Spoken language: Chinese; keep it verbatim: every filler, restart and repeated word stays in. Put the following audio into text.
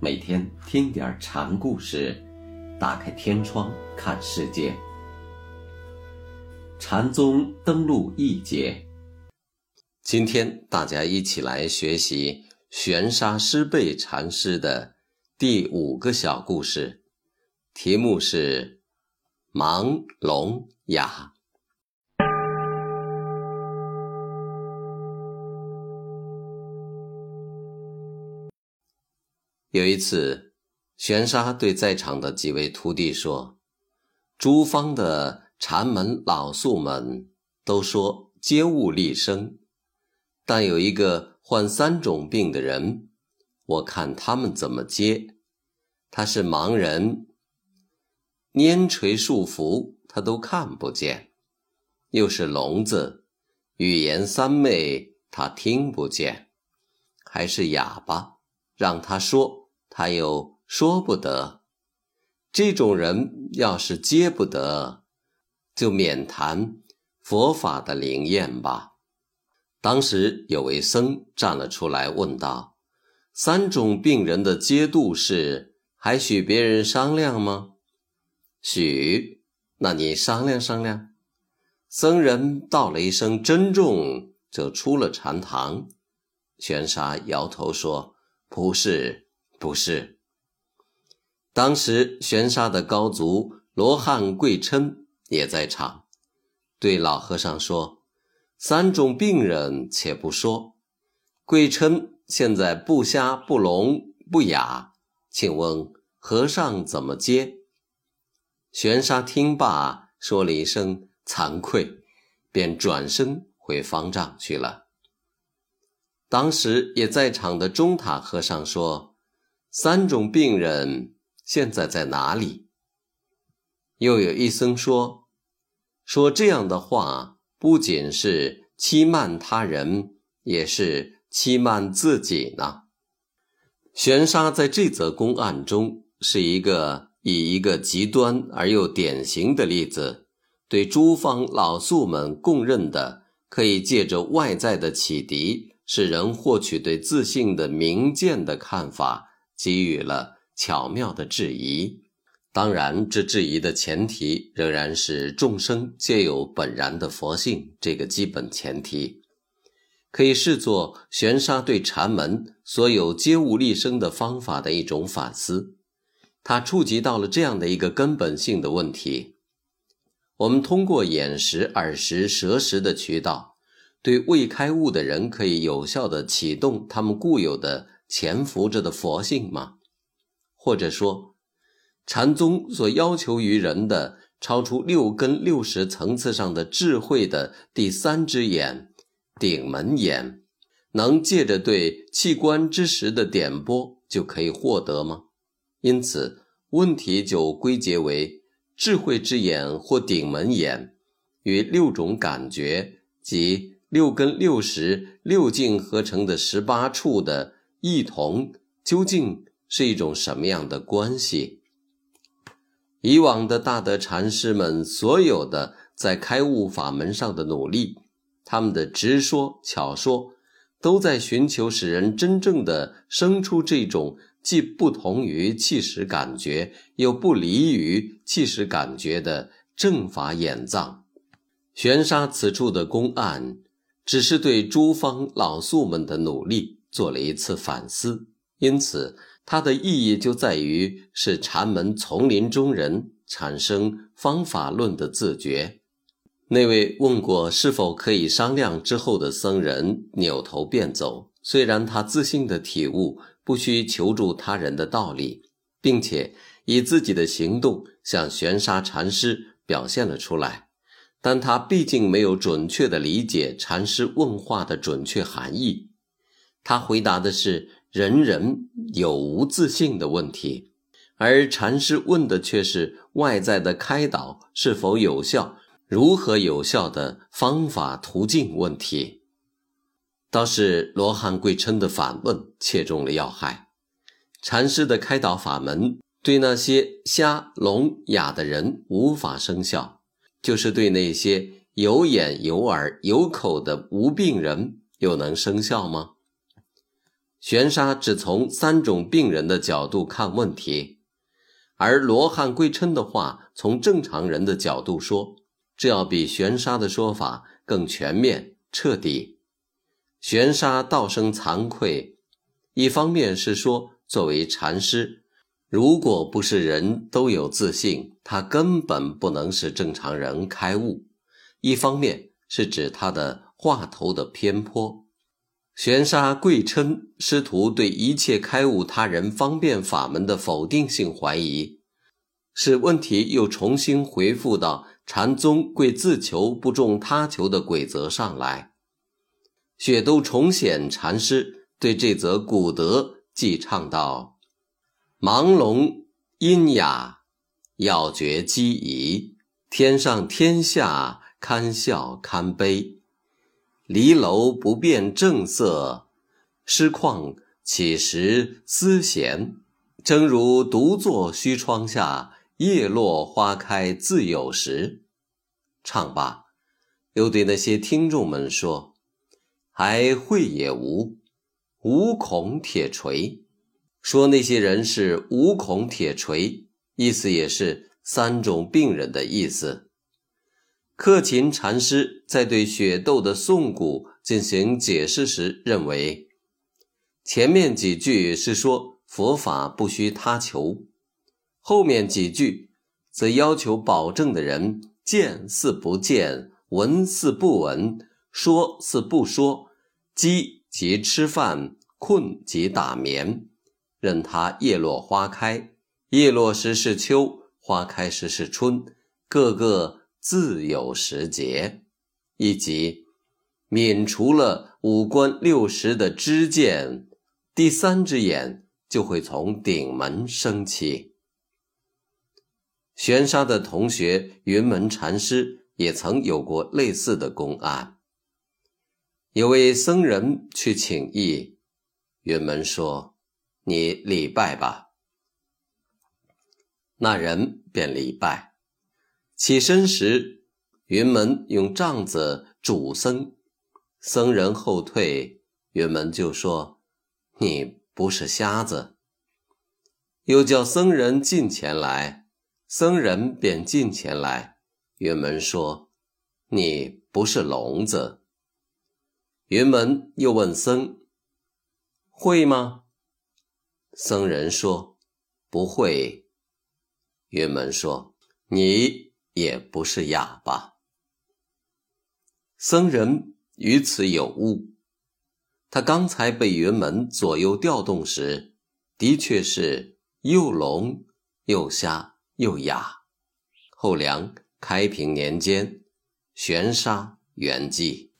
每天听点禅故事，打开天窗看世界。禅宗登陆一节，今天大家一起来学习玄沙师辈禅师的第五个小故事，题目是盲聋哑。有一次，玄沙对在场的几位徒弟说，诸方的禅门老宿们都说皆物立生，但有一个患三种病的人，我看他们怎么接。他是盲人，拈垂束缚他都看不见，又是聋子，语言三昧他听不见，还是哑巴，让他说他又说不得。这种人要是接不得，就免谈佛法的灵验吧。当时有位僧站了出来问道，三种病人的接度是还许别人商量吗？许，那你商量商量。僧人道了一声珍重，就出了禅堂。玄沙摇头说，不是不是。当时玄沙的高足罗汉贵琛也在场，对老和尚说，三种病人且不说，贵琛现在不瞎不聋不哑，请问和尚怎么接？玄沙听罢说了一声惭愧，便转身回方丈去了。当时也在场的中塔和尚说，三种病人现在在哪里？又有一僧说，说这样的话不仅是欺慢他人，也是欺慢自己呢。玄沙在这则公案中是一个以一个极端而又典型的例子，对诸方老宿们共认的可以借着外在的启迪使人获取对自性的明见的看法，给予了巧妙的质疑。当然，这质疑的前提仍然是众生皆有本然的佛性这个基本前提，可以视作玄沙对禅门所有皆物立生的方法的一种反思。它触及到了这样的一个根本性的问题：我们通过眼识、耳识、舌识的渠道，对未开悟的人可以有效地启动他们固有的潜伏着的佛性吗？或者说，禅宗所要求于人的超出六根六识层次上的智慧的第三只眼，顶门眼，能借着对器官之识的点拨就可以获得吗？因此问题就归结为智慧之眼或顶门眼与六种感觉及六根六识六境合成的十八处的异同究竟是一种什么样的关系？以往的大德禅师们所有的在开悟法门上的努力，他们的直说巧说，都在寻求使人真正的生出这种既不同于气识感觉又不离于气识感觉的正法眼藏。玄沙此处的公案只是对诸方老宿们的努力做了一次反思，因此它的意义就在于使禅门丛林中人产生方法论的自觉。那位问过是否可以商量之后的僧人扭头便走，虽然他自信的体悟不需求助他人的道理，并且以自己的行动向玄沙禅师表现了出来，但他毕竟没有准确地理解禅师问话的准确含义。他回答的是人人有无自性的问题，而禅师问的却是外在的开导是否有效，如何有效的方法途径问题。倒是罗汉贵琛的反问切中了要害。禅师的开导法门对那些瞎聋哑的人无法生效，就是对那些有眼有耳有口的无病人又能生效吗？ 玄沙只从三种病人的角度看问题，而罗汉贵琛的话从正常人的角度说，这要比玄沙的说法更全面彻底。玄沙道生惭愧，一方面是说作为禅师，如果不是人都有自信，他根本不能使正常人开悟，一方面是指他的话头的偏颇。玄沙贵琛试图对一切开悟他人方便法门的否定性怀疑，使问题又重新回复到禅宗贵自求不重他求的规则上来。雪窦重显禅师对这则古德寄唱道：盲聋阴哑，要觉机宜，天上天下，堪笑堪悲。离楼不辨正色，诗况岂识思闲。正如独坐虚窗下，叶落花开自有时。唱罢，又对那些听众们说：还会也无，无孔铁锤。说那些人是无孔铁锤，意思也是三种病人的意思。克勤禅师在对雪窦的颂古进行解释时认为，前面几句是说佛法不需他求，后面几句则要求保证的人见似不见，闻似不闻，说似不说，饥即吃饭，困即打眠，任他叶落花开，叶落时是秋，花开时是春，个个自有时节，以及免除了五官六识的知见，第三只眼就会从顶门升起。玄沙的同学云门禅师也曾有过类似的公案。有位僧人去请益，云门说：你礼拜吧。那人便礼拜。起身时，云门用杖子拄僧，僧人后退，云门就说：你不是瞎子。又叫僧人近前来，僧人便近前来，云门说：你不是聋子。云门又问僧：会吗？僧人说：不会。云门说：你也不是哑巴。僧人于此有悟，他刚才被云门左右调动时，的确是又聋又瞎又哑。后梁开平年间，玄沙圆寂。